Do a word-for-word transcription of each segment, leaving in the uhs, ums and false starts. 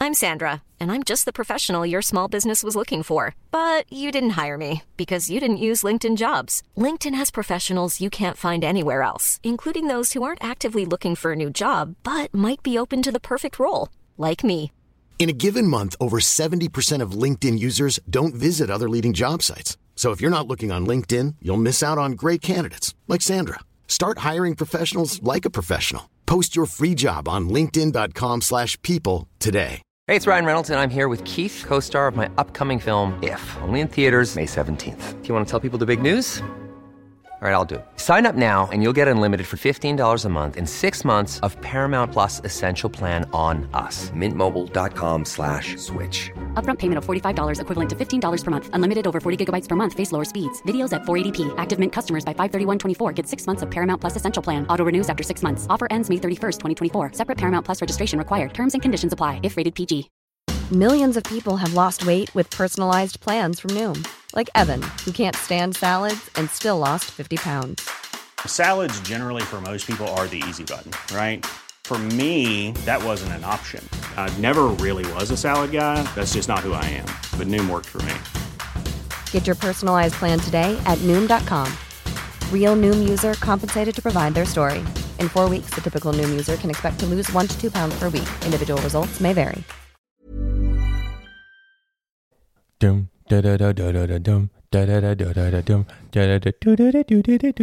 I'm Sandra, and I'm just the professional your small business was looking for. But you didn't hire me because you didn't use LinkedIn Jobs. LinkedIn has professionals you can't find anywhere else, including those who aren't actively looking for a new job, but might be open to the perfect role, like me. In a given month, over seventy percent of LinkedIn users don't visit other leading job sites. So if you're not looking on LinkedIn, you'll miss out on great candidates like Sandra. Start hiring professionals like a professional. Post your free job on linkedin dot com slash people today. Hey, it's Ryan Reynolds, and I'm here with Keith, co-star of my upcoming film, If, only in theaters May seventeenth. Do you want to tell people the big news? All right, I'll do it. Sign up now and you'll get unlimited for fifteen dollars a month and six months of Paramount Plus Essential Plan on us. Mint Mobile dot com slash switch. Upfront payment of forty-five dollars equivalent to fifteen dollars per month. Unlimited over forty gigabytes per month. Face lower speeds. Videos at four eighty p. Active Mint customers by five thirty-one twenty-four get six months of Paramount Plus Essential Plan. Auto renews after six months. Offer ends May thirty-first, twenty twenty-four. Separate Paramount Plus registration required. Terms and conditions apply if rated P G. Millions of people have lost weight with personalized plans from Noom. Like Evan, who can't stand salads and still lost fifty pounds. Salads generally for most people are the easy button, right? For me, that wasn't an option. I never really was a salad guy. That's just not who I am. But Noom worked for me. Get your personalized plan today at Noom dot com. Real Noom user compensated to provide their story. In four weeks, the typical Noom user can expect to lose one to two pounds per week. Individual results may vary. Dum da da da da da dum da da da da da dum da da da da da da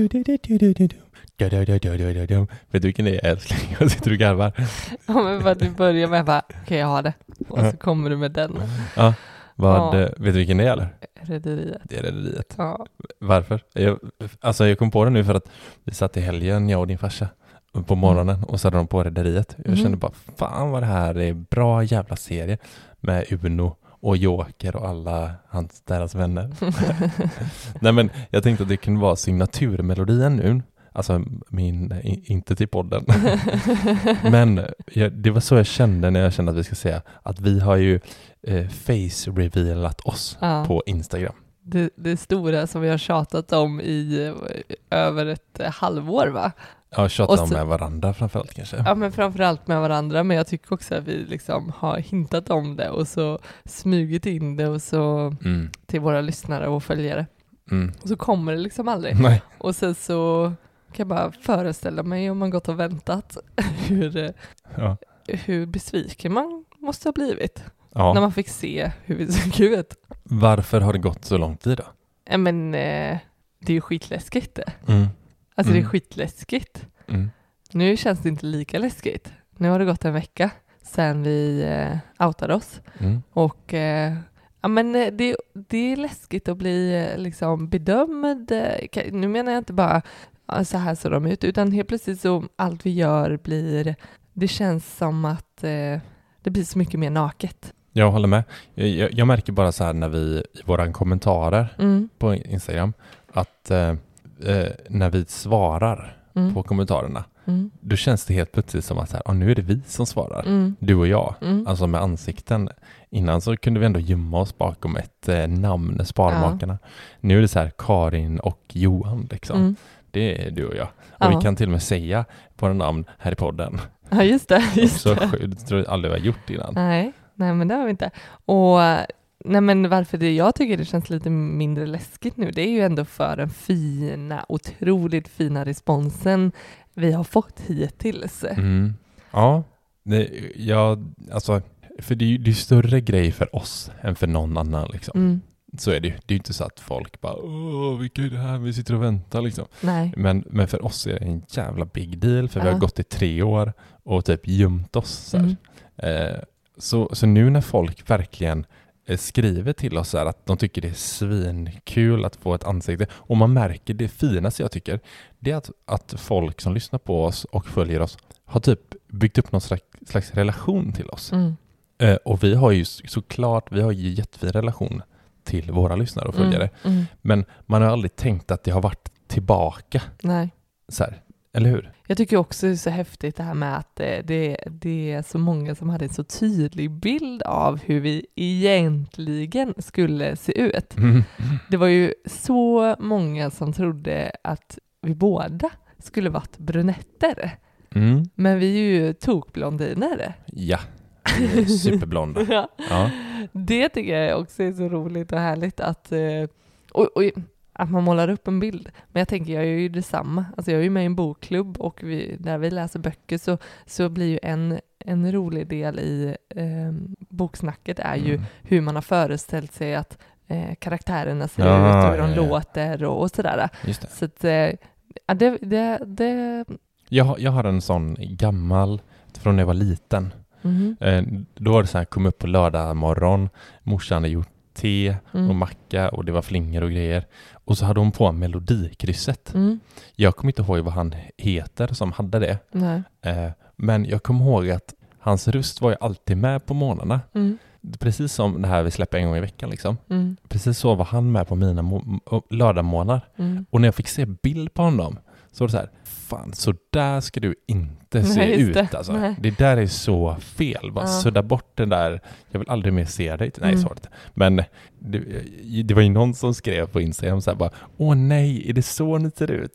da da da da dum. Vet du vilken det är, älskling? Jag sitter och garvar. Ja, men vad du börjar med bara, okej, okay, jag har det. Och så kommer du med den. Ja, vad, ja. Vet du vilken det är, eller? Rederiet. Det är Rederiet. Ja. Varför? Jag, alltså jag kom på det nu för att vi satt i helgen, jag och din farsa, på morgonen och så hade de på Rederiet. Jag kände bara, fan vad det här är bra jävla serie med Uno och Joker och alla hans, deras vänner. Nej, men jag tänkte att det kunde vara signaturmelodien nu. Alltså min, inte till podden. Men jag, det var så jag kände när jag kände att vi ska säga att vi har ju eh, face-revealat oss ja. på Instagram. Det, det stora som vi har tjatat om i eh, över ett eh, halvår, va? Ja, tjatat om med varandra framförallt kanske. Ja, men framförallt med varandra. Men jag tycker också att vi liksom har hintat om det och så smugit in det och så mm. till våra lyssnare och följare. Mm. Och så kommer det liksom aldrig. Nej. Och sen så kan jag bara föreställa mig om man gått och väntat hur, ja. hur besviken man måste ha blivit. Ja. När man fick se hur vi såg ut. Varför har det gått så lång tid då? Ja, men eh, det är ju skitläskigt det. Mm. Alltså mm. det är skitläskigt. Mm. Nu känns det inte lika läskigt. Nu har det gått en vecka sedan vi eh, outade oss. Mm. Och eh, ja, men det, det är läskigt att bli eh, liksom bedömd. Nu menar jag inte bara så här ser de ut, utan helt plötsligt så allt vi gör blir, det känns som att eh, det blir så mycket mer naket. Jag håller med. Jag, jag märker bara så här när vi i våra kommentarer mm. på Instagram att eh, när vi svarar mm. på kommentarerna mm. då känns det helt plötsligt som att så här, ah, nu är det vi som svarar. Mm. Du och jag. Mm. Alltså med ansikten. Innan så kunde vi ändå gömma oss bakom ett eh, namn, Sparmakarna. Ja. Nu är det så här Karin och Johan liksom. Mm. Det är du och jag. Och ja. vi kan till och med säga våra namn här i podden. Ja, just det. Just så det tror jag aldrig vi har gjort innan. Nej, nej, men det har vi inte. Och nej, men varför det jag tycker det känns lite mindre läskigt nu, det är ju ändå för den fina, otroligt fina responsen vi har fått hittills. Mm. Ja, det, ja, alltså, för det är ju det är större grej för oss än för någon annan liksom. Mm. Så är det ju. Det är ju inte så att folk bara, åh, vilka är det här? Vi sitter och väntar liksom. Nej. Men, men för oss är det en jävla big deal. För ja. vi har gått i tre år och typ gömt oss. Så, mm. eh, så, så nu när folk verkligen eh, skriver till oss så här, att de tycker det är svinkul att få ett ansikte. Och man märker det finaste jag tycker. Det är att, att folk som lyssnar på oss och följer oss har typ byggt upp någon slags, slags relation till oss. Mm. Eh, och vi har ju såklart, vi har ju jättefin relation till våra lyssnare och följare. Mm, mm. Men man har aldrig tänkt att det har varit tillbaka. Nej. Så här, eller hur? Jag tycker också det är så häftigt det här med att det, det är så många som hade en så tydlig bild av hur vi egentligen skulle se ut. Mm. Det var ju så många som trodde att vi båda skulle varit brunetter. Mm. Men vi är ju tokblondiner. Ja. Superblonda. ja. Ja. Det tycker jag också är så roligt och härligt att, och, och, att man målar upp en bild. Men jag tänker, jag är ju detsamma. Alltså jag är ju med i en bokklubb och vi, när vi läser böcker så, så blir ju en, en rolig del i eh, boksnacket är ju mm. hur man har föreställt sig att eh, karaktärerna ser ja, ut och hur de ja, låter och, och sådär. Just det. Så att, eh, ja, det, det, det... Jag, jag har en sån gammal från när jag var liten. Mm. Eh, då var det så här, kom upp på lördag morgon, morsan hade gjort te mm. och macka och det var flingor och grejer. Och så hade hon på melodikrysset. Mm. Jag kommer inte ihåg vad han heter som hade det. Nej. Eh, men jag kommer ihåg att hans röst var ju alltid med på månaderna. Mm. Precis som det här vi släpper en gång i veckan liksom. Mm. Precis så var han med på mina mo- lördagmånader. Mm. Och när jag fick se bild på honom så var det så här, fan, så där ska du inte se Nej, ut. Det. Alltså. Nej. Det där är så fel. Bara ja. Sudda bort den där, jag vill aldrig mer se dig. Nej, mm. så var det. Men det, det var ju någon som skrev på Instagram så här bara, åh nej, är det så ni ser ut?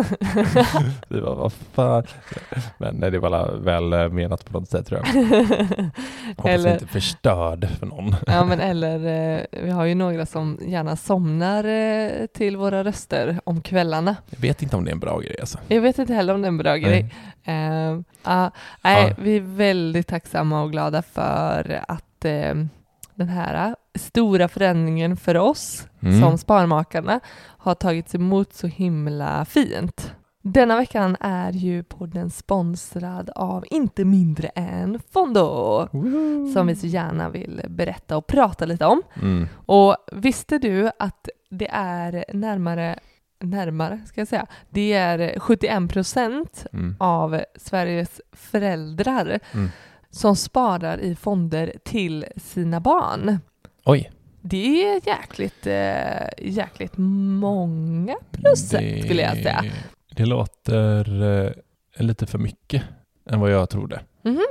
Det var, vad fan. Men nej, det var väl menat på något sätt, tror jag. Hoppas eller, inte förstörd för någon. Ja, men eller, eh, vi har ju några som gärna somnar eh, till våra röster om kvällarna. Jag vet inte om det är en bra grej alltså. Jag vet inte heller om det är en bra grej. Uh, uh, nej, ja. Vi är väldigt tacksamma och glada för att uh, den här stora förändringen för oss mm. som sparmakarna har tagits emot så himla fint. Denna veckan är ju podden sponsrad av inte mindre än Fondo. Woo. Som vi så gärna vill berätta och prata lite om. Mm. Och visste du att det är närmare närmare ska jag säga. Det är sjuttioen procent mm. av Sveriges föräldrar mm. som sparar i fonder till sina barn. Oj. Det är jäkligt, äh, jäkligt många procent det, skulle jag säga. Det låter äh, lite för mycket än vad jag trodde. Mm-hmm.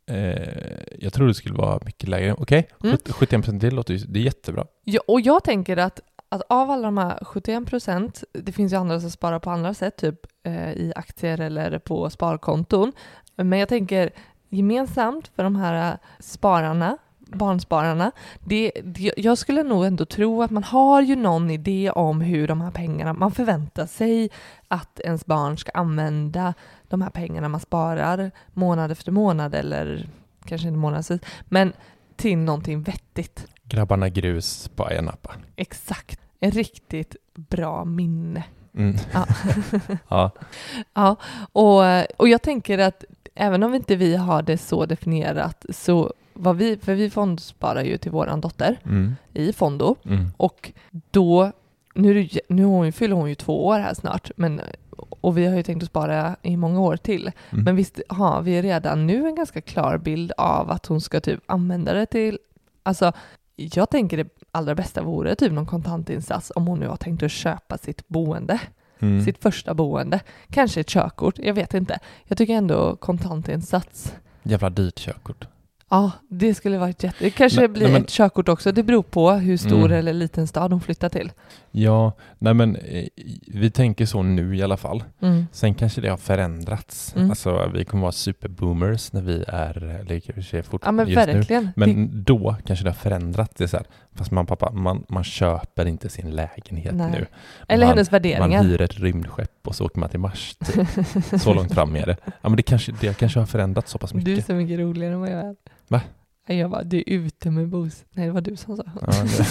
Eh, jag tror det skulle vara mycket lägre. Okej, okay. mm. sjuttioen procent det låter ju, det är jättebra. Ja, och jag tänker att att av alla de här sjuttioen procent, det finns ju andra som sparar på andra sätt, typ eh, i aktier eller på sparkonton. Men jag tänker gemensamt för de här spararna, barnspararna, det, det, jag skulle nog ändå tro att man har ju någon idé om hur de här pengarna, man förväntar sig att ens barn ska använda de här pengarna man sparar månad efter månad eller kanske inte månadsvis, men till någonting vettigt. Grabbarna grus på Ayia Napa. Exakt. En riktigt bra minne. Mm. Ja. ja. ja. Och, och jag tänker att även om inte vi har det så definierat så vad vi, för vi fondsparar ju till våran dotter mm. i Fondo. Mm. Och då, nu, nu hon, fyller hon ju två år här snart, men och vi har ju tänkt att spara i många år till. Mm. Men visst har vi redan nu en ganska klar bild av att hon ska typ använda det till, alltså jag tänker det allra bästa vore typ någon kontantinsats om hon nu har tänkt att köpa sitt boende. Mm. Sitt första boende. Kanske ett körkort, jag vet inte. Jag tycker ändå kontantinsats. Jävla dyrt körkort. Ja, det skulle vara ett jätte... Det kanske nej, blir nej, men... ett körkort också. Det beror på hur stor mm. eller liten stad de flyttar till. Ja, nej men vi tänker så nu i alla fall. Mm. Sen kanske det har förändrats. Mm. Alltså vi kommer vara superboomers när vi är, eller kanske fortfarande ja, men just verkligen. nu. Men det... då kanske det har förändrats. Det är så här, fast man, pappa, man, man köper inte sin lägenhet nej. nu. Eller man, hennes värderingar. Man hyr ett rymdskepp och så åker man till Mars. Typ. Så långt fram är det. Ja, men det kanske, det kanske har förändrats så pass mycket. Du är så mycket roligare än vad jag är. Va? Jag bara, du är ute med bos. Nej, det var du som sa. Ja,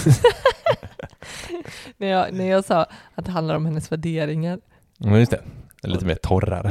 när, jag, när jag sa att det handlar om hennes värderingar. Ja, just det. det är lite mer torrare.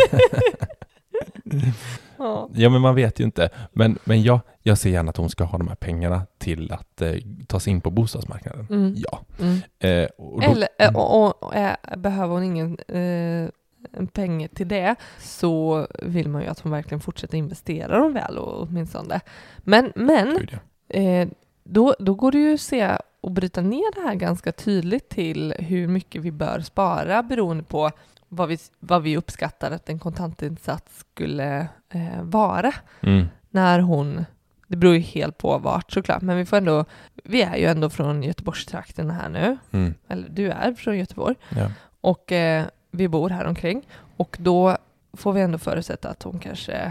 ja. ja, men man vet ju inte. Men, men jag, jag ser gärna att hon ska ha de här pengarna till att eh, ta sig in på bostadsmarknaden. Mm. Ja. Mm. Eh, och då, Eller, eh, och, och, och äh, behöver hon ingen... Eh, en peng till det så vill man ju att hon verkligen fortsätter investera dem väl och åtminstone. Men, men eh, då, då går det ju att se och bryta ner det här ganska tydligt till hur mycket vi bör spara beroende på vad vi, vad vi uppskattar att en kontantinsats skulle eh, vara mm. när hon, det beror ju helt på vart såklart, men vi får ändå, vi är ju ändå från Göteborgstrakten här nu, mm. eller du är från Göteborg ja. och eh, vi bor här omkring och då får vi ändå förutsätta att hon kanske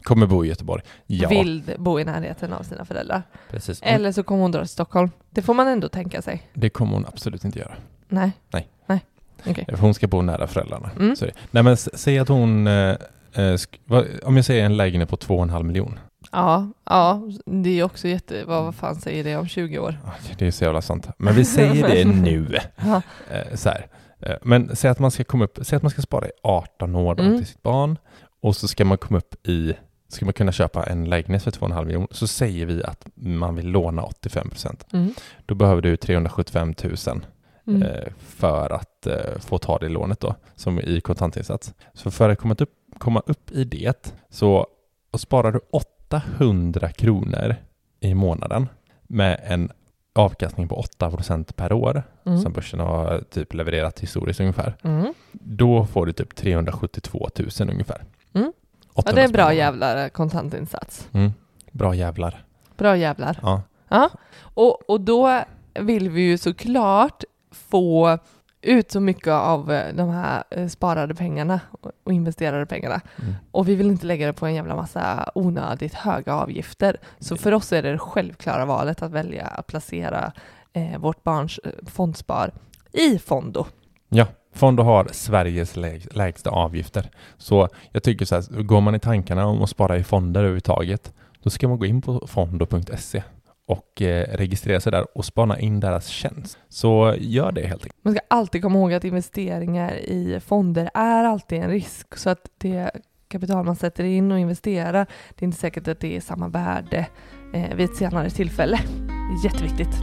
Kommer bo i Göteborg. Ja. Vill bo i närheten av sina föräldrar. Precis. Eller så kommer hon dra till Stockholm. Det får man ändå tänka sig. Det kommer hon absolut inte göra. Nej. Nej. Nej. Okay. Hon ska bo nära föräldrarna. Mm. Så det. Nej, men säg att hon... Eh, sk- vad, om jag säger en lägenhet på två och en halv miljon. Ja, ja, det är också jätte... Vad, vad fan säger det om tjugo år? Det är så jävla sant. Men vi säger det nu. eh, så här. Eh, men säg att man ska komma upp... Säg att man ska spara i arton år då, mm. till sitt barn. Och så ska man komma upp i... Ska man kunna köpa en lägenhet för två och en halv miljon, så säger vi att man vill låna åttiofem procent. Mm. Då behöver du trehundrasjuttiofem tusen mm. eh, för att eh, få ta det lånet då, som i kontantinsats. Så för att komma upp, komma upp i det, så och sparar du åttahundra kronor i månaden med en avkastning på åtta procent per år, mm. som börsen har typ levererat historiskt ungefär. Mm. Då får du typ trehundrasjuttiotvå tusen ungefär. Mm. Ja, det är en bra jävlar kontantinsats. Mm. Bra jävlar. Bra jävlar. Ja. Ja. Och, och då vill vi ju såklart få ut så mycket av de här sparade pengarna och investerade pengarna. Mm. Och vi vill inte lägga det på en jävla massa onödigt höga avgifter. Så för oss är det det självklara valet att välja att placera eh, vårt barns fondspar i Fondo. Ja. Fondo har Sveriges lä- lägsta avgifter. Så jag tycker så här, går man i tankarna om att spara i fonder överhuvudtaget, då ska man gå in på fondo punkt se och eh, registrera sig där och spana in deras tjänst. Så gör det helt enkelt. Man ska alltid komma ihåg att investeringar i fonder är alltid en risk. Så att det kapital man sätter in och investerar, det är inte säkert att det är samma värde eh, vid ett senare tillfälle. Det är jätteviktigt.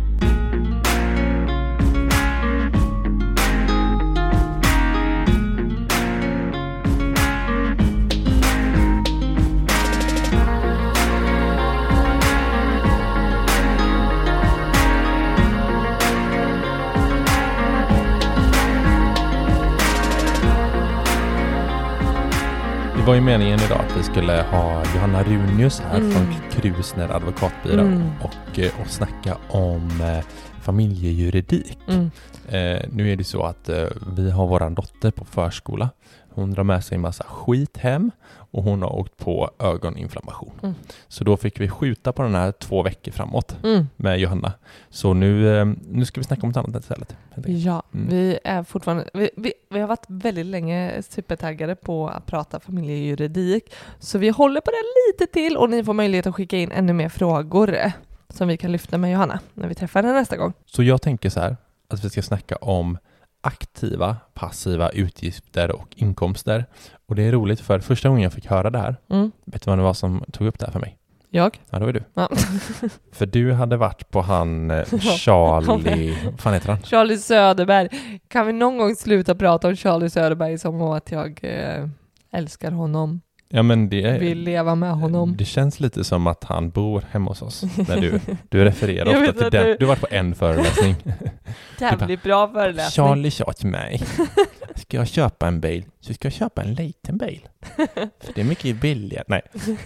Det var ju meningen idag att vi skulle ha Johanna Runius här mm. från Krusner advokatbyrå mm. och, och snacka om eh, familjejuridik. Mm. Eh, nu är det så att eh, vi har våran dotter på förskola. Hon drar med sig en massa skit hem och hon har åkt på ögoninflammation. Mm. Så då fick vi skjuta på den här två veckor framåt mm. med Johanna. Så nu, eh, nu ska vi snacka om ett annat istället. Ja, mm. vi är fortfarande... Vi, vi, vi har varit väldigt länge supertaggade på att prata familjejuridik. Så vi håller på det lite till och ni får möjlighet att skicka in ännu mer frågor som vi kan lyfta med Johanna när vi träffar henne nästa gång. Så jag tänker så här att vi ska snacka om aktiva, passiva utgifter och inkomster. Och det är roligt för första gången jag fick höra det här. Mm. Vet du vad det var som tog upp det här för mig? Jag? Ja, det var du. Ja. För du hade varit på han Charlie... Vad fan heter han? Charlie Söderberg. Kan vi någon gång sluta prata om Charlie Söderberg som om att jag eh, älskar honom? Ja, men det, vill leva med honom. Det känns lite som att han bor hemma hos oss. När du, du refererar ofta till den. Du... du har varit på en föreläsning. Jävligt bra föreläsning. Charlie sa till mig, ska jag köpa en bil så ska jag köpa en liten bil. För det är mycket billigare. Nej.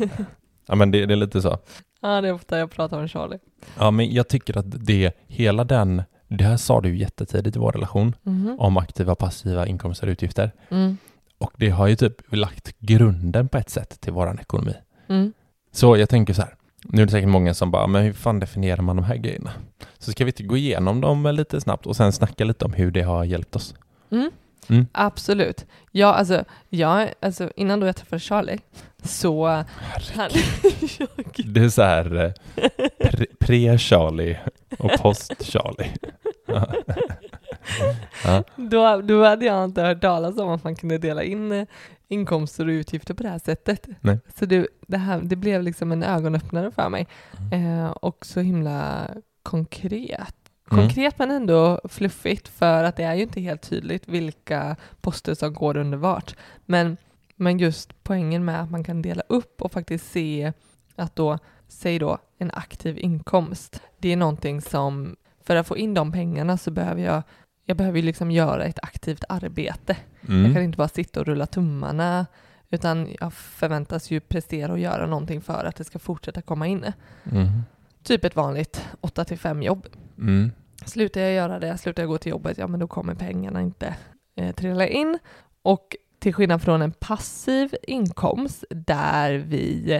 Ja, men det, det är lite så. Ja, det är ofta jag pratar om Charlie. Ja, men jag tycker att det, hela den, det här sa du jättetidigt i vår relation mm. om aktiva, passiva inkomster och utgifter. Mm. Och det har ju typ lagt grunden på ett sätt till våran ekonomi. Mm. Så jag tänker så här. Nu är det säkert många som bara, men hur fan definierar man de här grejerna? Så ska vi inte gå igenom dem lite snabbt och sen snacka lite om hur det har hjälpt oss. Mm. Mm. Absolut. Ja, alltså, ja, alltså innan då jag träffade Charlie så... Han, det är så här pre- pre-Charlie och post-Charlie. Ja. Då, då hade jag inte hört talas om att man kunde dela in inkomster och utgifter på det här sättet. Nej. Så det, det, här, det blev liksom en ögonöppnare för mig. Mm. Eh, och så himla konkret. Konkret mm. men ändå fluffigt, för att det är ju inte helt tydligt vilka poster som går under vart. Men, men just poängen med att man kan dela upp och faktiskt se att då, säg då en aktiv inkomst. Det är någonting som, för att få in de pengarna så behöver jag Jag behöver ju liksom göra ett aktivt arbete. Mm. Jag kan inte bara sitta och rulla tummarna, utan jag förväntas ju prestera och göra någonting för att det ska fortsätta komma in. Mm. Typ ett vanligt åtta till fem jobb. Mm. Slutar jag göra det, slutar jag gå till jobbet, ja men då kommer pengarna inte eh, trilla in. Och till skillnad från en passiv inkomst där vi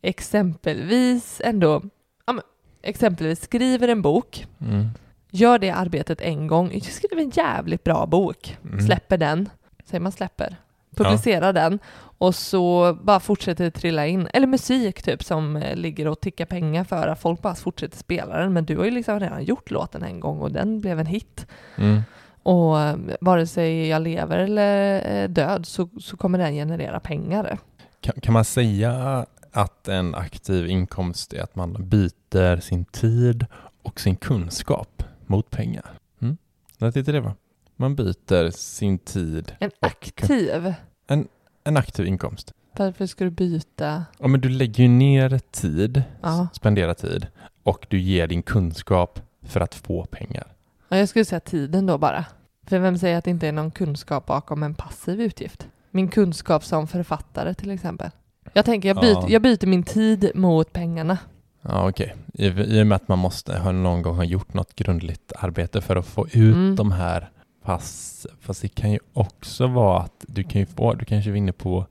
exempelvis ändå ja, men, exempelvis skriver en bok, mm. gör det arbetet en gång, jag skriver en jävligt bra bok, mm. släpper den, säger man släpper, publicerar ja. den och så bara fortsätter det trilla in. Eller musik typ som ligger och tickar pengar för att folk bara fortsätter spela den. Men du har ju liksom redan gjort låten en gång och den blev en hit. Mm. Och vare sig jag lever eller död så, så kommer den generera pengar. Kan, kan man säga att en aktiv inkomst är att man byter sin tid och sin kunskap mot pengar? Mm? Det är det va? Man byter sin tid. En aktiv? En, en aktiv inkomst. Varför ska du byta? Ja, men du lägger ju ner tid, ja. spenderar tid och du ger din kunskap för att få pengar. Ja, jag skulle säga tiden då bara. För vem säger att det inte är någon kunskap bakom en passiv utgift? Min kunskap som författare till exempel. Jag tänker, jag byter, ja. jag byter min tid mot pengarna. Ja, okej. Okay. I, I och med att man måste ha någon gång ha gjort något grundligt arbete för att få ut mm. de här. Fast, fast det kan ju också vara att du kan ju få, du kanske vinner på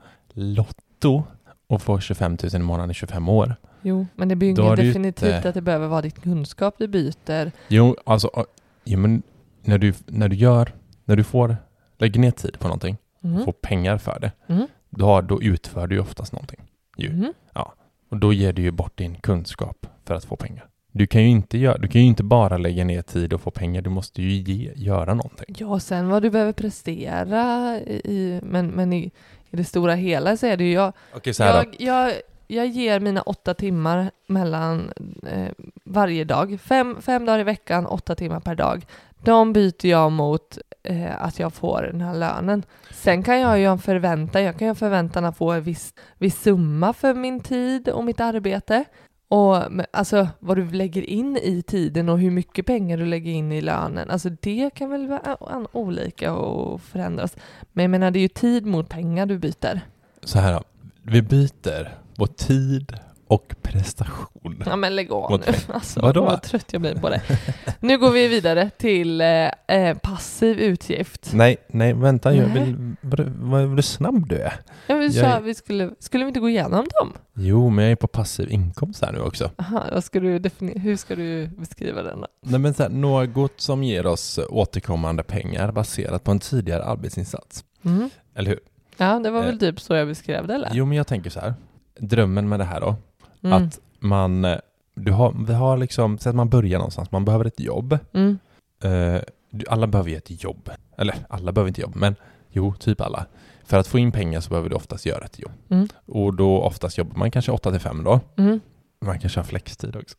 Lotto och får tjugofem tusen i månaden i tjugofem år. Jo, men det blir ju inget definitivt inte... att det behöver vara ditt kunskap du byter. Jo, alltså jo, men när du, när du gör, när du får, lägger ner tid på någonting mm. och får pengar för det, mm. då, då utför du ju oftast någonting. Ju. Mm. Ja, och då ger du ju bort din kunskap för att få pengar. Du kan ju inte göra, du kan ju inte bara lägga ner tid och få pengar. Du måste ju ge, göra någonting. Ja, sen vad du behöver prestera i, men, men i, i det stora hela så är det ju jag, Okej, så här jag, jag, jag ger mina åtta timmar mellan eh, varje dag. Fem, fem dagar i veckan, åtta timmar per dag. De byter jag mot eh, att jag får den här lönen. Sen kan jag ju förvänta, jag kan ju förväntan att få en viss, viss summa för min tid och mitt arbete. Och alltså vad du lägger in i tiden och hur mycket pengar du lägger in i lönen. Alltså det kan väl vara olika och förändras. Men jag menar det är ju tid mot pengar du byter. Så här då. Vi byter på tid och prestation. Ja men lägg av nu. Alltså, vadå? Vad trött jag blir på det. Nu går vi vidare till eh, passiv utgift. Nej, nej vänta. Nej. Jag vill, vad, vad snabb du är. Jag vill jag... Köra, vi skulle, skulle vi inte gå igenom dem? Jo, men jag är på passiv inkomst här nu också. Aha, vad ska du defini- hur ska du beskriva den då? Nej, men så här, något som ger oss återkommande pengar baserat på en tidigare arbetsinsats. Mm. Eller hur? Ja, det var väl eh, typ så jag beskrev det, eller? Jo, men jag tänker så här. Drömmen med det här då. Mm. Att man, du har, vi har liksom, så att man börjar någonstans, man behöver ett jobb. Mm. Uh, alla behöver ju ett jobb. Eller, alla behöver inte jobb, men jo, typ alla. För att få in pengar så behöver du oftast göra ett jobb. Mm. Och då oftast jobbar man kanske åtta till fem då. Mm. Man kanske har flextid också.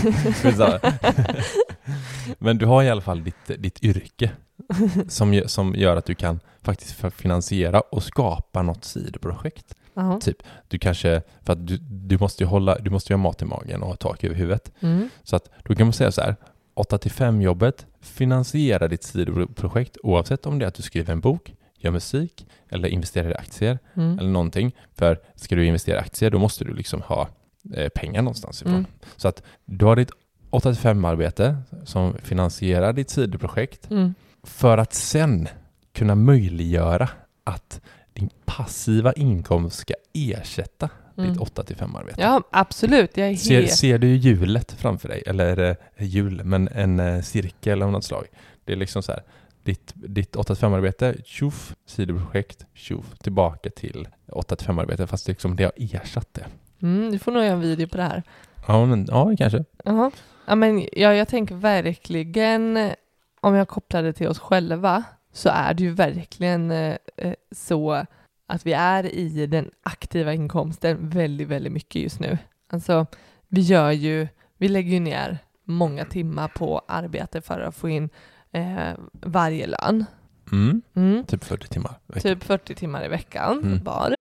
Men du har i alla fall ditt, ditt yrke som, som gör att du kan faktiskt finansiera och skapa något sidoprojekt. Uh-huh. Typ, du kanske, för att du, du måste ju hålla, du måste ju ha mat i magen och ha tak över huvudet. Mm. Så att då kan man säga så här, åtta till fem jobbet, finansiera ditt sidoprojekt oavsett om det är att du skriver en bok, gör musik eller investerar i aktier mm. eller någonting. För ska du investera i aktier då måste du liksom ha eh, pengar någonstans ifrån. Mm. Så att du har ditt åtta till fem arbete som finansierar ditt sidoprojekt mm. för att sen kunna möjliggöra att din passiva inkomst ska ersätta mm. ditt åtta till fem arbete. Ja, absolut. Jag är ser, helt... ser du hjulet framför dig? Eller eh, hjul, men en eh, cirkel av något slag. Det är liksom så här. Ditt, ditt åtta till fem arbete, tjoff, sidoprojekt, tjoff, tillbaka till åtta till fem arbete. Fast liksom det har ersatt det. Mm, du får nog göra en video på det här. Ja, men, ja kanske. Uh-huh. Ja, men ja, jag tänker verkligen, om jag kopplar det till oss själva, så är det ju verkligen eh, så att vi är i den aktiva inkomsten väldigt, väldigt mycket just nu. Alltså, vi gör ju, vi lägger ju ner många timmar på arbete för att få in eh, varje lön. Mm. Mm. Typ fyrtio timmar. Typ fyrtio timmar i veckan mm. var.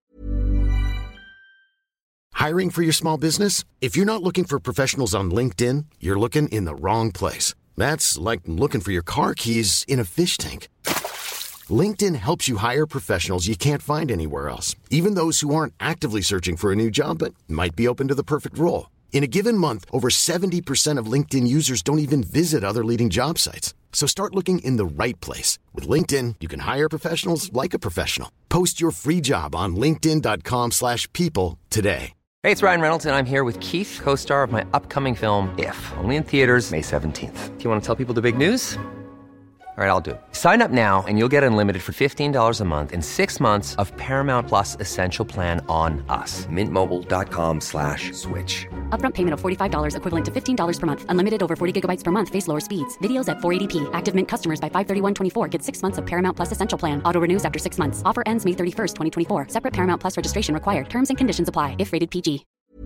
Hiring for your small business? If you're not looking for professionals on LinkedIn, you're looking in the wrong place. That's like looking for your car keys in a fish tank. LinkedIn helps you hire professionals you can't find anywhere else, even those who aren't actively searching for a new job but might be open to the perfect role. In a given month, over seventy percent of LinkedIn users don't even visit other leading job sites. So start looking in the right place. With LinkedIn, you can hire professionals like a professional. Post your free job on linkedin dot com slash people today. Hey, it's Ryan Reynolds, and I'm here with Keith, co-star of my upcoming film, If, only in theaters May seventeenth. Do you want to tell people the big news? All right, I'll do it. Sign up now and you'll get unlimited for fifteen dollars a month and six months of Paramount Plus Essential Plan on us. Mint Mobile dot com slash switch. Upfront payment of forty-five dollars equivalent to fifteen dollars per month. Unlimited over forty gigabytes per month. Face lower speeds. Videos at four eighty p. Active Mint customers by five thirty-one twenty-four get six months of Paramount Plus Essential Plan. Auto renews after six months. Offer ends May thirty-first, twenty twenty-four. Separate Paramount Plus registration required. Terms and conditions apply if rated P G.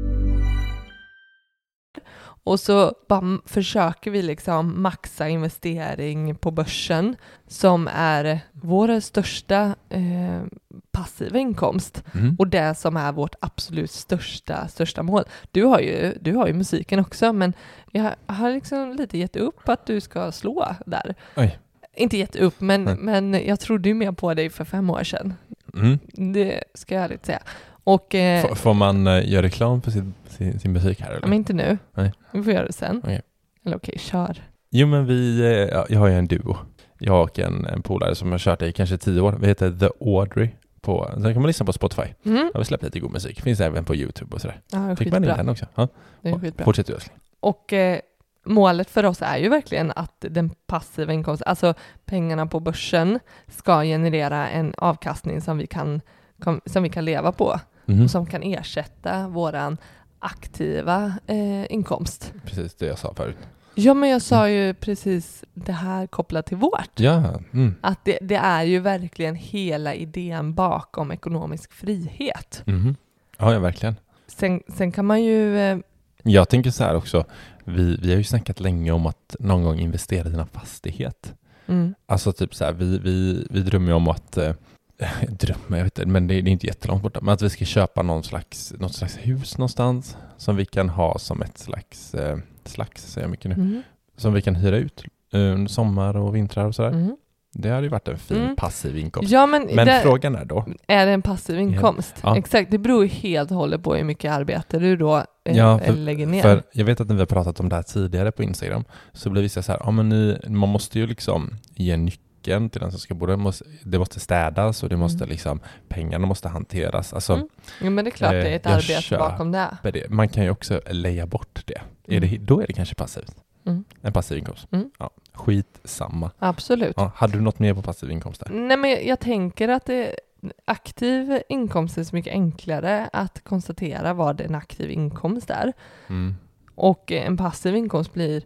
Och så bara försöker vi liksom maxa investering på börsen som är vår största eh, passiva inkomst. Mm. Och det som är vårt absolut största, största mål. Du har, ju, du har ju musiken också, men jag har liksom lite gett upp att du ska slå där. Oj. Inte gett upp, men, men jag trodde ju mer på dig för fem år sedan. Mm. Det ska jag ärligt säga. Och, eh, F- får man uh, göra reklam för sin, sin, sin musik här? Eller? Men inte nu. Nej. Vi får göra det sen. Okay. Eller okej, okay, kör. Jo, men vi, uh, jag har ju en duo. Jag och en, en polare som har kört i kanske tio år. Vi heter The Audrey. På, sen kan man lyssna på Spotify. Mm. Jag har släppt lite god musik. Finns även på YouTube och sådär. Ja, fick man in den också. Ja. Det är skitbra. Fortsätt du, Ösling. Och eh, målet för oss är ju verkligen att den passiva inkomsten, alltså pengarna på börsen, ska generera en avkastning som vi kan, kom, som vi kan leva på. Mm. Och som kan ersätta våran aktiva eh, inkomst. Precis det jag sa förut. Ja, men jag sa ju precis det här kopplat till vårt. Ja. Mm. Att det, det är ju verkligen hela idén bakom ekonomisk frihet. Mm. Ja, ja, verkligen. Sen, sen kan man ju... Eh, jag tänker så här också. Vi, vi har ju snackat länge om att någon gång investera i dina fastighet. Mm. Alltså typ så här, vi, vi, vi drömmer om att... Eh, drömmer, jag vet inte, men det är, det är inte jättelångt borta. Men att vi ska köpa någon slags, något slags hus någonstans som vi kan ha som ett slags, eh, slags säger jag mycket nu, mm. som vi kan hyra ut under sommar och vintrar och sådär. Mm. Det hade ju varit en fin mm. passiv inkomst. Ja, men men det, frågan är då... Är det en passiv inkomst? Ja. Exakt, det beror ju helt och hållet på hur mycket arbete du då eh, ja, för, lägger ner. För jag vet att när vi har pratat om det här tidigare på Instagram så blir vissa så här, ja men ni, man måste ju liksom ge nyckeln till den som ska bo. Det måste, det måste städas och det måste mm. liksom, pengarna måste hanteras. Alltså, mm. Ja, men det är klart eh, det är ett arbete bakom det. det. Man kan ju också leja bort det. Mm. Är det. Då är det kanske passivt. Mm. En passiv inkomst. Mm. Ja, skit samma. Absolut. Ja, hade du något mer på passiv inkomst där? Nej, men jag tänker att det, aktiv inkomst är så mycket enklare att konstatera vad en aktiv inkomst är. Mm. Och en passiv inkomst blir,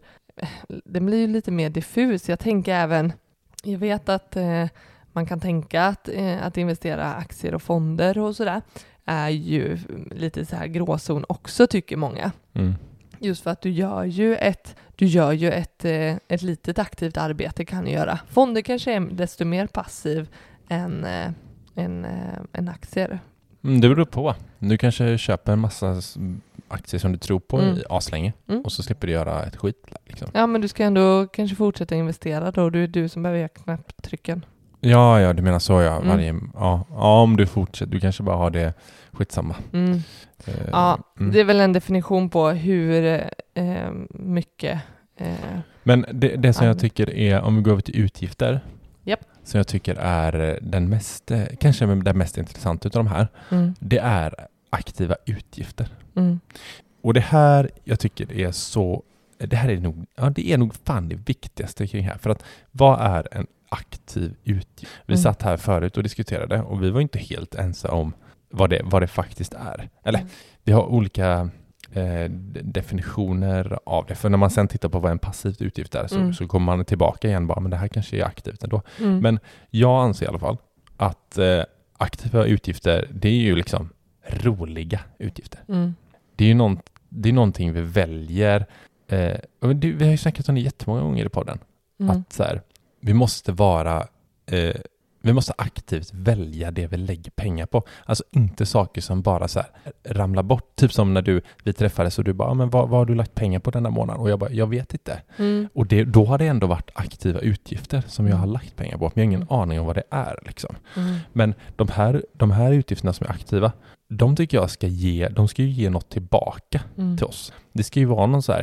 det blir ju lite mer diffus. Jag tänker även, jag vet att eh, man kan tänka att, eh, att investera aktier och fonder och sådär är ju lite så här gråzon också, tycker många. Mm. Just för att du gör ju ett, du gör ju ett, ett litet aktivt arbete kan du göra. Fonder kanske är desto mer passiv än, än, än aktier. Mm, det beror på. Du kanske köper en massa aktier som du tror på mm. i aslänge mm. och så slipper du göra ett skit. Liksom. Ja, men du ska ändå kanske fortsätta investera då. Du är du som behöver göra knapptrycken. Ja, ja, du menar så ja. Varje, mm. ja. Ja, om du fortsätter. Du kanske bara har det skitsamma. Mm. Uh, ja, mm. det är väl en definition på hur uh, mycket... Uh, Men det, det som jag tycker är, om vi går över till utgifter, yep. som jag tycker är den mest, kanske den mest intressanta utav de här, mm. det är aktiva utgifter. Mm. Och det här, jag tycker är så, det här är nog, ja det är nog fan det viktigaste kring här. För att vad är en aktiv utgift? Vi mm. satt här förut och diskuterade och vi var inte helt ensamma om vad det, vad det faktiskt är. Eller mm. vi har olika eh, definitioner av det. För när man sen tittar på vad en passiv utgift är så, mm. så kommer man tillbaka igen bara, men det här kanske är aktivt ändå. Mm. Men jag anser i alla fall att eh, aktiva utgifter, det är ju liksom roliga utgifter. Mm. Det är ju någon, det är någonting vi väljer. Eh, och det, vi har ju snackat om det jättemånga gånger i podden. Mm. Att så här, vi måste vara eh, vi måste aktivt välja det vi lägger pengar på. Alltså inte saker som bara så här ramlar bort. Typ som när du, vi träffades och du bara, men vad, vad har du lagt pengar på den här månaden? Och jag bara, jag vet inte. Mm. Och det, då har det ändå varit aktiva utgifter som jag har lagt pengar på. Men jag har ingen mm. aning om vad det är. Liksom. Mm. Men de här, de här utgifterna som är aktiva, de tycker jag ska ge, de ska ju ge något tillbaka mm. till oss. Det ska ju vara någon så här,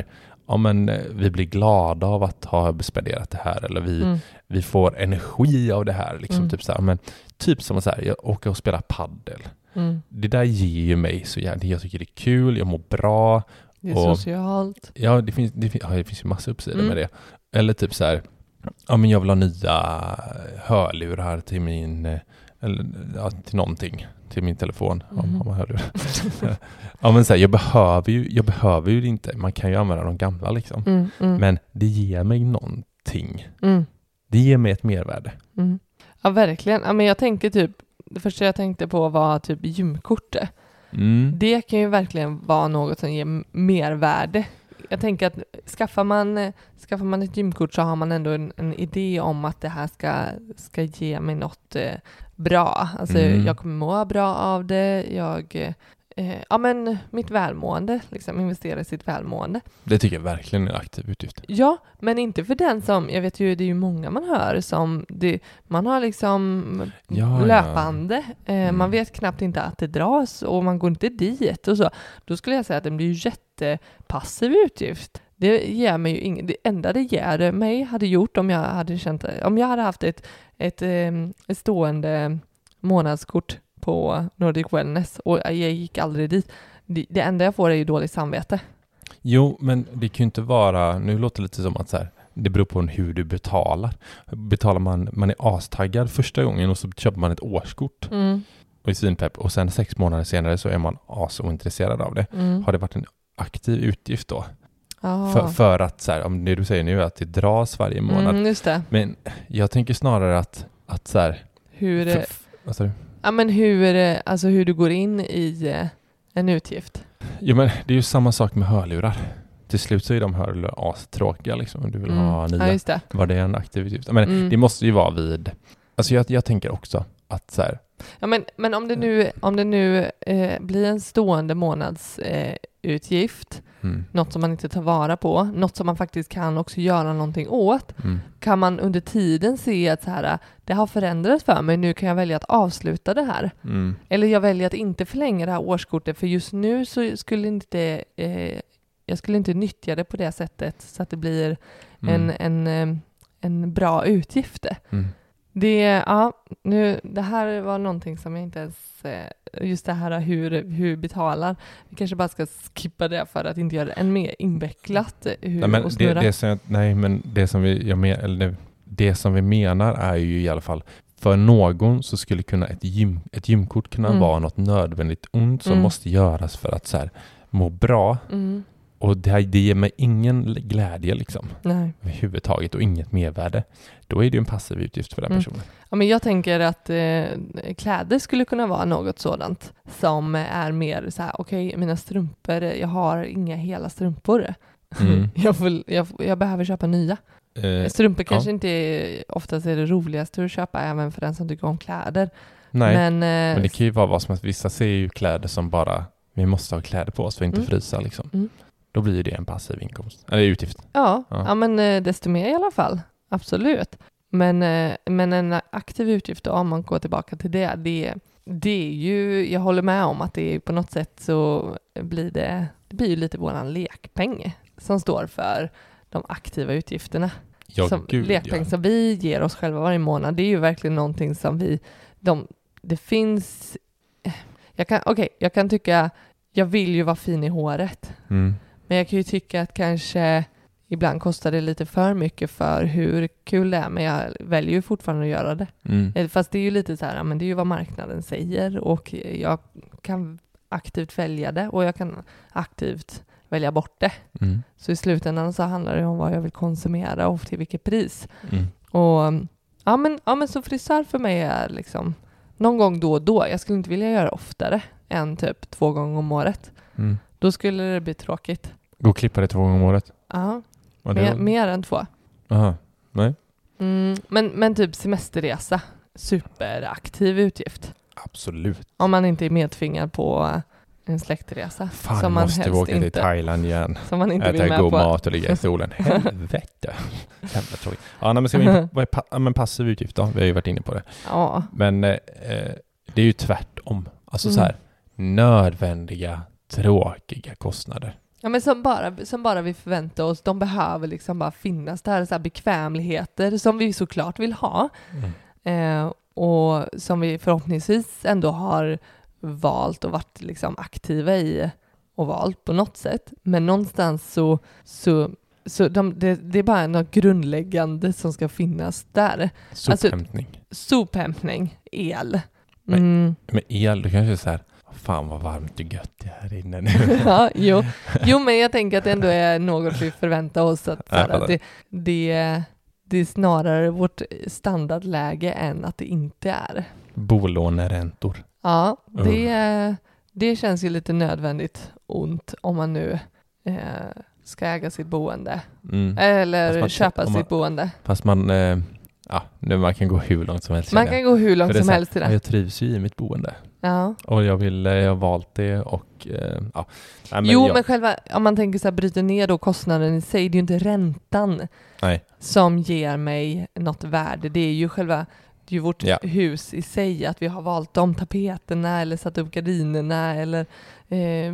ja, men vi blir glada av att ha bespenderat det här, eller vi, mm. vi får energi av det här. Liksom, mm. typ, så här, men, typ som att så här, jag åker och spelar paddel. Mm. Det där ger ju mig så gärna. Jag tycker det är kul, jag mår bra. Det är och, socialt. Ja, det finns, det, finns, ja, det finns ju massa uppsidor mm. med det. Eller typ så här, ja, men jag vill ha nya hörlurar till min, eller ja, till någonting, till min telefon. Mm. Om, om hörlurar. Ja, men så här, jag behöver ju, jag behöver ju inte. Man kan ju använda de gamla liksom. Mm, mm. Men det ger mig någonting. Mm. Det ger mig ett mervärde. Mm. Ja, verkligen. Ja, men jag tänker typ, det första jag tänkte på var typ gymkortet. Mm. Det kan ju verkligen vara något som ger mervärde. Jag tänker att skaffar man, skaffar man ett gymkort så har man ändå en, en idé om att det här ska, ska ge mig något eh, bra. Alltså mm. jag kommer må bra av det. Jag, eh, ja men mitt välmående, liksom investera i sitt välmående. Det tycker jag verkligen är en aktiv utgift. Ja, men inte för den som, jag vet ju, det är ju många man hör som, det, man har liksom ja, löpande, ja. Eh, mm. man vet knappt inte att det dras och man går inte dit och så. Då skulle jag säga att det blir ju jättepassiv utgift. Det ger mig ju ingen, det enda det ger mig hade gjort om jag hade känt, om jag hade haft ett, ett, ett stående månadskort på Nordic Wellness och jag gick aldrig dit. Det, det enda jag får är ju dåligt samvete. Jo, men det kan ju inte vara, nu låter det lite som att så här, det beror på hur du betalar. Betalar man, man är astaggad första gången och så köper man ett årskort mm. och i svinpepp och sen sex månader senare så är man asointresserad av det. Mm. Har det varit en aktiv utgift då? För, för att så här, om det du säger nu är att det dras varje månad. Mm, just det. Men jag tänker snarare att, att så här, hur för, vad sa du? Ja, men hur, alltså hur du går in i en utgift. Jo, men det är ju samma sak med hörlurar. Till slut så är de hörlurar astråkiga liksom, om du vill mm. ha nya. Ja, just det. Var det en aktiv utgift? Men mm. det måste ju vara vid, alltså jag, jag tänker också att så här. Ja, men, men om det nu, om det nu eh, blir en stående månads eh, utgift, mm. något som man inte tar vara på, något som man faktiskt kan också göra någonting åt, mm. kan man under tiden se att så här, det har förändrats för mig, nu kan jag välja att avsluta det här. Mm. Eller jag väljer att inte förlänga det här årskortet, för just nu så skulle inte eh, jag skulle inte nyttja det på det sättet så att det blir mm. en, en, en bra utgift. Mm. Det, ja, nu, det här var någonting som jag inte ens, just det här hur, hur betalar. Vi kanske bara ska skippa det för att inte göra det än mer invecklat. Hur, nej, men det, det som jag, nej, men det som vi, jag men, eller det, det som vi menar är ju i alla fall, för någon så skulle kunna ett, gym, ett gymkort kunna mm. vara något nödvändigt ont som mm. måste göras för att så här, må bra. Mm. Och det, det ger mig ingen glädje liksom. Nej. Överhuvudtaget och inget mervärde. Då är det ju en passiv utgift för den mm. personen. Ja, men jag tänker att eh, kläder skulle kunna vara något sådant som är mer så här, okej, okay, mina strumpor, jag har inga hela strumpor. Mm. jag, får, jag, jag behöver köpa nya. Eh, strumpor kanske ja. inte är, oftast är det roligaste att köpa även för den som tycker om kläder. Nej, men, eh, men det kan ju vara vad som helst. Vissa ser ju kläder som bara, vi måste ha kläder på oss för att inte mm. frysa liksom. Mm. Då blir det en passiv inkomst. Eller utgift. Ja, ja. ja men desto mer i alla fall. Absolut. Men, men en aktiv utgift då, om man går tillbaka till det, det, det är ju, jag håller med om att det är på något sätt så blir det, det blir ju lite våran lekpeng som står för de aktiva utgifterna. Ja, som, gud, lekpeng ja. som vi ger oss själva varje månad, det är ju verkligen någonting som vi, de, det finns, jag kan, okej, okay, jag kan tycka, jag vill ju vara fin i håret. Mm. Men jag kan ju tycka att kanske ibland kostar det lite för mycket för hur kul det är. Men jag väljer ju fortfarande att göra det. Mm. Fast det är ju lite så här, men det är ju vad marknaden säger. Och jag kan aktivt välja det. Och jag kan aktivt välja bort det. Mm. Så i slutändan så handlar det om vad jag vill konsumera och till vilket pris. Mm. Och ja men, ja men så frisör för mig är liksom någon gång då och då. Jag skulle inte vilja göra oftare än typ två gånger om året. Mm. Då skulle det bli tråkigt. Gå och klippa det två gånger om året? Ja, mer, mer än två. Aha, nej. Mm, men, men typ semesterresa, superaktiv utgift. Absolut. Om man inte är medtvingad på en släktresa. Fan, som man måste vi åka till inte, Thailand igen. Som man inte Äta vill med god på. mat och ligga i solen. Helvete. Jävla tråkigt. Ja, men ska vi in på, vad är pa- men passiv utgift då? Vi har ju varit inne på det. Ja. Men eh, det är ju tvärtom. Alltså mm. så här, nödvändiga tråkiga kostnader. Ja, men som bara, som bara vi förväntar oss. De behöver liksom bara finnas där, så här bekvämligheter som vi såklart vill ha. Mm. Eh, och som vi förhoppningsvis ändå har valt och varit liksom aktiva i och valt på något sätt. Men någonstans så, så, så de, det, det är bara något grundläggande som ska finnas där. Sophämtning. Alltså, sophämtning, el. Mm. Men, men el, du kanske är så här, fan vad varmt och gött det här inne nu. Ja, jo. jo, men jag tänker att det ändå är något vi förväntar oss. Att, här, att det, det, det är snarare vårt standardläge än att det inte är. Bolåneräntor. Ja, det, uh. det känns ju lite nödvändigt ont om man nu eh, ska äga sitt boende. Mm. Eller man, köpa man, sitt boende. Fast man, eh, ja, nu man kan gå hur långt som helst. Man kan gå hur långt som helst till det. Jag trivs ju i mitt boende. Ja. Och jag vill, jag har valt det och eh, ja. Nej, men jo, jag... men själva, om man tänker så här, bryter ner då kostnaden i sig, det är ju inte räntan Nej. som ger mig något värde. Det är ju själva, det är ju vårt ja. hus i sig, att vi har valt om tapeterna eller satt upp gardinerna eller eh,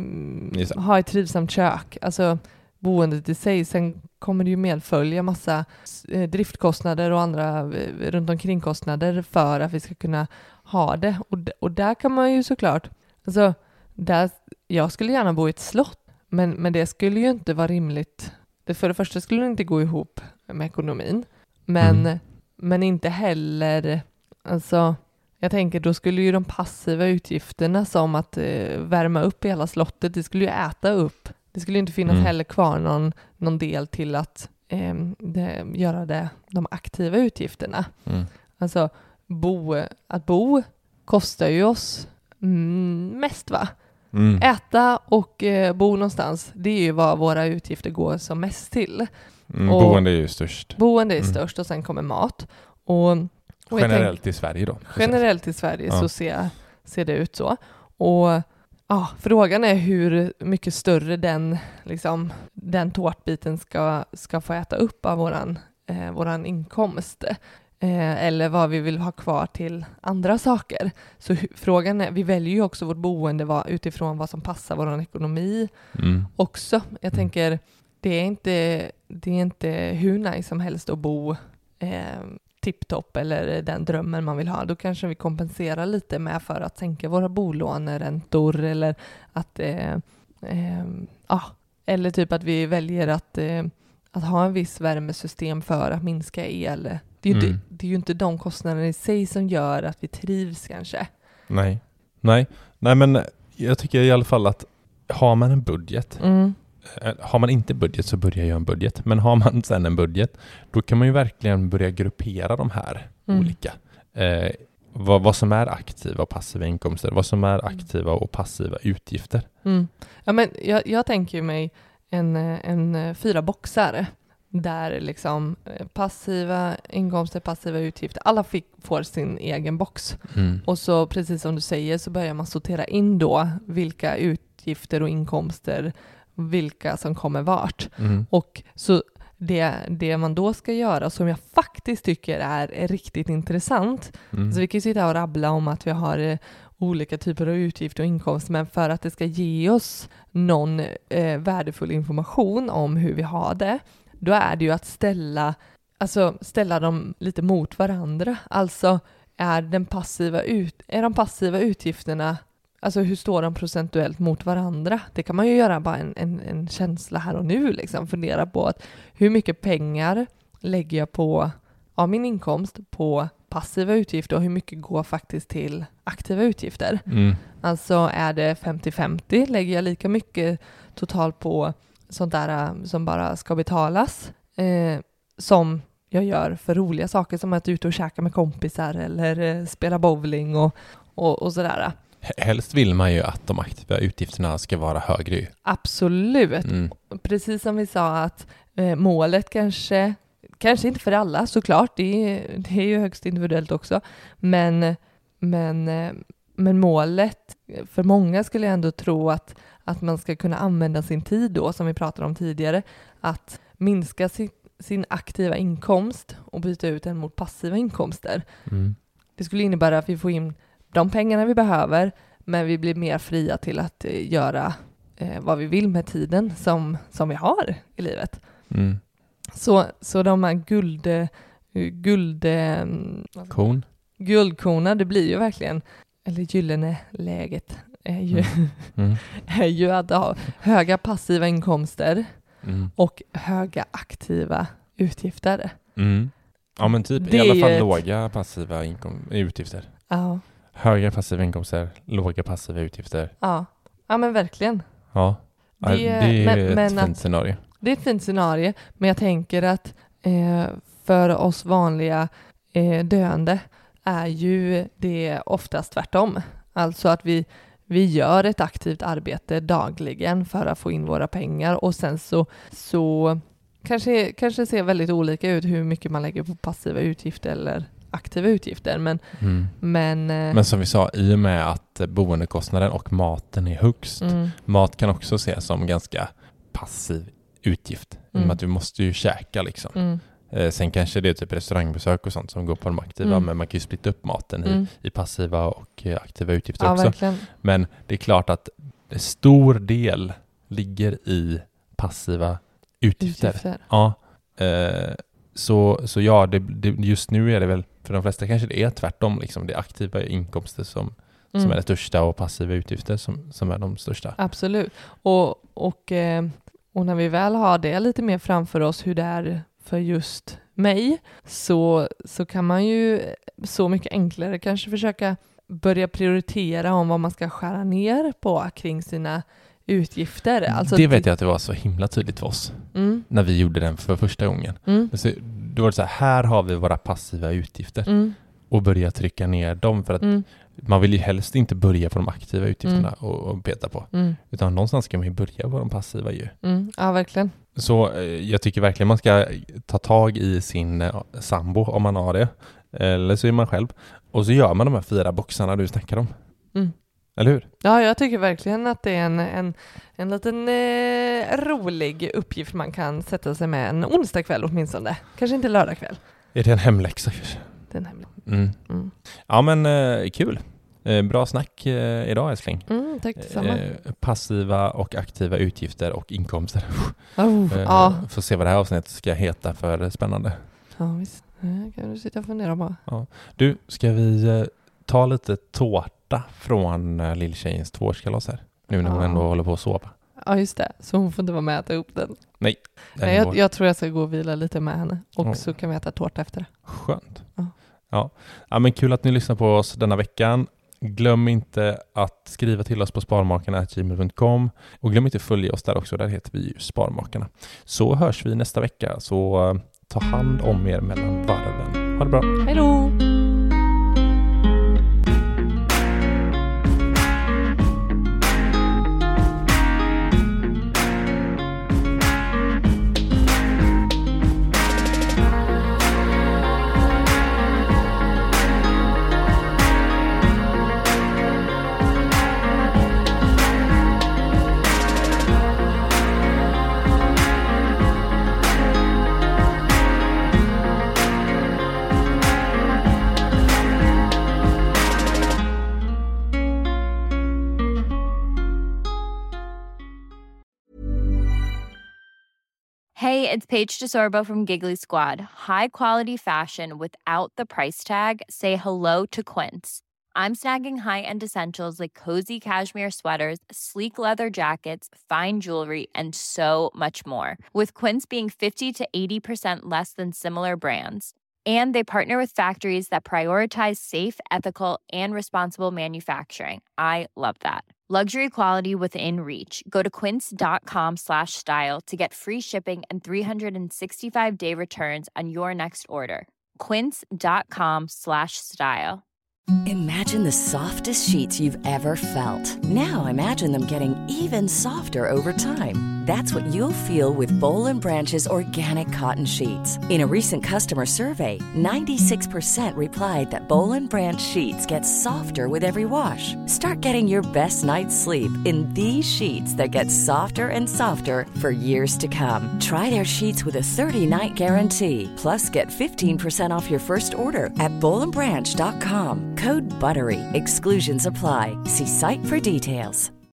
ha ett trivsamt kök. Alltså boendet i sig. Sen kommer det ju medfölja massa eh, driftkostnader och andra eh, runt omkring kostnader för att vi ska kunna ha det. Och, d- och där kan man ju såklart, alltså där, jag skulle gärna bo i ett slott, men, men det skulle ju inte vara rimligt. Det för det första skulle det inte gå ihop med ekonomin, men, mm. men inte heller, alltså jag tänker då skulle ju de passiva utgifterna som att eh, värma upp hela slottet, det skulle ju äta upp. Det skulle ju inte finnas mm. heller kvar någon, någon del till att eh, det, göra det, de aktiva utgifterna. Mm. Alltså bo, att bo kostar ju oss mm, mest va? Mm. Äta och eh, bo någonstans, det är ju vad våra utgifter går som mest till. Mm, och boende är ju störst. Boende är mm. störst och sen kommer mat. Och, och generellt tänk, i Sverige då? Generellt i Sverige ja. så ser, ser det ut så. Och ja, frågan är hur mycket större den, liksom, den tårtbiten ska, ska få äta upp av våran, eh, våran inkomst. Eh, eller vad vi vill ha kvar till andra saker. Så hu- frågan är, vi väljer ju också vårt boende va, utifrån vad som passar vår ekonomi mm. också. Jag mm. tänker, det är, inte, det är inte hur nice som helst att bo eh, tipptopp eller den drömmen man vill ha. Då kanske vi kompenserar lite med för att sänka våra bolåneräntor eller att eh, eh, ah, eller typ att vi väljer att, eh, att ha en viss värmesystem för att minska el. Det är, ju mm. inte, det är ju inte de kostnaderna i sig som gör att vi trivs kanske. Nej, nej, nej men jag tycker i alla fall att har man en budget, mm. har man inte budget så börjar jag en budget. Men har man sen en budget, då kan man ju verkligen börja gruppera de här mm. olika. Eh, vad, vad som är aktiva och passiva inkomster, vad som är aktiva och passiva utgifter. Mm. Ja, men jag, jag tänker mig en, en fyra boxar där liksom passiva inkomster, passiva utgifter, alla fick, får sin egen box. Mm. Och så precis som du säger så börjar man sortera in då vilka utgifter och inkomster, vilka som kommer vart. Mm. Och så det, det man då ska göra som jag faktiskt tycker är, är riktigt intressant. Mm. Så vi kan ju sitta och rabbla om att vi har eh, olika typer av utgifter och inkomster, men för att det ska ge oss någon eh, värdefull information om hur vi har det, då är det ju att ställa, alltså ställa dem lite mot varandra. Alltså är, den passiva ut, är de passiva utgifterna, alltså hur står de procentuellt mot varandra? Det kan man ju göra bara en, en, en känsla här och nu. Liksom. Fundera på att hur mycket pengar lägger jag på av min inkomst på passiva utgifter och hur mycket går faktiskt till aktiva utgifter. Mm. Alltså är det femtio femtio, lägger jag lika mycket totalt på sånt där som bara ska betalas eh, som jag gör för roliga saker som att ut och käka med kompisar eller eh, spela bowling och, och, och sådär. Helst vill man ju att de aktiva utgifterna ska vara högre. Absolut. Mm. Precis som vi sa att eh, målet kanske, kanske inte för alla såklart, det är, det är ju högst individuellt också, men, men, eh, men målet för många skulle jag ändå tro att, att man ska kunna använda sin tid då, som vi pratade om tidigare, att minska sin, sin aktiva inkomst och byta ut den mot passiva inkomster. Mm. Det skulle innebära att vi får in de pengarna vi behöver, men vi blir mer fria till att göra eh, vad vi vill med tiden som, som vi har i livet. Mm. Så, så de här guld, guld, Kon. guldkorna, det blir ju verkligen, eller gyllene läget är ju, Mm. Mm. är ju att ha höga passiva inkomster Mm. och höga aktiva utgifter. Mm. Ja men typ Det i alla är fall ett- låga passiva inkom- utgifter. Ja, Höga passiva inkomster, låga passiva utgifter. ja. ja men verkligen. Ja, det, Det- det är men- ett men fint att- scenario. Det är ett fint scenario, men jag tänker att eh, för oss vanliga eh, döende är ju det oftast tvärtom. Alltså att vi, vi gör ett aktivt arbete dagligen för att få in våra pengar och sen så, så kanske, kanske ser väldigt olika ut hur mycket man lägger på passiva utgifter eller aktiva utgifter. Men, Mm. men, eh, Men som vi sa, i och med att boendekostnaden och maten är högst. mm, Mat kan också ses som ganska passiv utgift. I och Mm. med att du måste ju käka liksom. mm, Eh, sen kanske det är typ restaurangbesök och sånt som går på de aktiva. Mm. Men man kan ju splitta upp maten mm. i, i passiva och eh, aktiva utgifter Ja, också. verkligen. Men det är klart att en stor del ligger i passiva utgifter. Utgifter. Ja. Eh, så, så ja, det, det, just nu är det väl, för de flesta kanske det är tvärtom. Liksom. Det är aktiva inkomster som, som Mm. är det största och passiva utgifter som, som är de största. Absolut. Och, och, eh, och när vi väl har det lite mer framför oss hur det är för just mig så, så kan man ju så mycket enklare kanske försöka börja prioritera om vad man ska skära ner på kring sina utgifter. Alltså det vet jag att det var så himla tydligt för oss Mm, när vi gjorde den för första gången. mm, Så, då var det så här, här har vi våra passiva utgifter mm, och börja trycka ner dem för att mm, man vill ju helst inte börja på de aktiva utgifterna och, och peta på. mm, Utan någonstans ska man ju börja på de passiva ju. mm. Ja, verkligen. Så eh, jag tycker verkligen man ska ta tag i sin eh, sambo om man har det. Eller så är man själv. Och så gör man de här fyra boxarna du snackar om. Mm. Eller hur? Ja, jag tycker verkligen att det är en, en, en liten eh, rolig uppgift man kan sätta sig med en onsdag kväll åtminstone. Kanske inte lördag kväll. Är det en hemläxa kanske? Den hemliga. Mm. Mm. Ja men eh, kul. Eh, bra snack eh, idag älskling. Mm, tack detsamma. Eh, passiva och aktiva utgifter och inkomster. Oh, Eh, ja. Får se vad det här avsnittet ska heta för spännande. Ja, visst. Ja, kan du sitta och fundera på. Du, ska vi eh, ta lite tårta från eh, lilltjejens tvåårskalas här? Nu när hon Ja. ändå håller på att sova. Ja, just det. Så hon får inte vara med och äta upp den. Den Nej, är jag, vår. jag tror jag ska gå och vila lite med henne. Och Ja. så kan vi äta tårta efter det. Skönt. Ja. Ja. Ja, men kul att ni lyssnar på oss denna veckan. Glöm inte att skriva till oss på sparmakarna at gmail punkt com och glöm inte att följa oss där också. Där heter vi ju Sparmakarna. Så hörs vi nästa vecka. Så uh, ta hand om er mellan varven. Ha det bra. Hej då! Hey, it's Paige DeSorbo from Giggly Squad. High quality fashion without the price tag. Say hello to Quince. I'm snagging high-end essentials like cozy cashmere sweaters, sleek leather jackets, fine jewelry, and so much more. With Quince being fifty to eighty percent less than similar brands. And they partner with factories that prioritize safe, ethical, and responsible manufacturing. I love that. Luxury quality within reach. Go to quince.com slash style to get free shipping and three sixty-five day returns on your next order. Quince.com slash style. Imagine the softest sheets you've ever felt. Now imagine them getting even softer over time. That's what you'll feel with Boll and Branch's organic cotton sheets. In a recent customer survey, ninety-six percent replied that Boll and Branch sheets get softer with every wash. Start getting your best night's sleep in these sheets that get softer and softer for years to come. Try their sheets with a thirty-night guarantee. Plus, get fifteen percent off your first order at boll and branch dot com. Code BUTTERY. Exclusions apply. See site for details.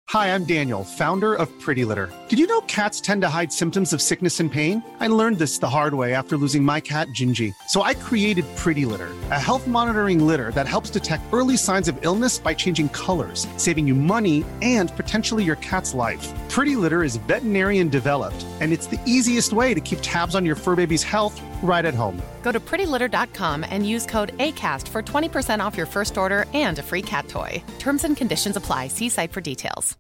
Hi, I'm Daniel, founder of Pretty Litter. Did you know cats tend to hide symptoms of sickness and pain? I learned this the hard way after losing my cat, Gingy. So I created Pretty Litter, a health monitoring litter that helps detect early signs of illness by changing colors, saving you money and potentially your cat's life. Pretty Litter is veterinarian developed, and it's the easiest way to keep tabs on your fur baby's health right at home. Go to pretty litter dot com and use code ACAST for twenty percent off your first order and a free cat toy. Terms and conditions apply. See site for details.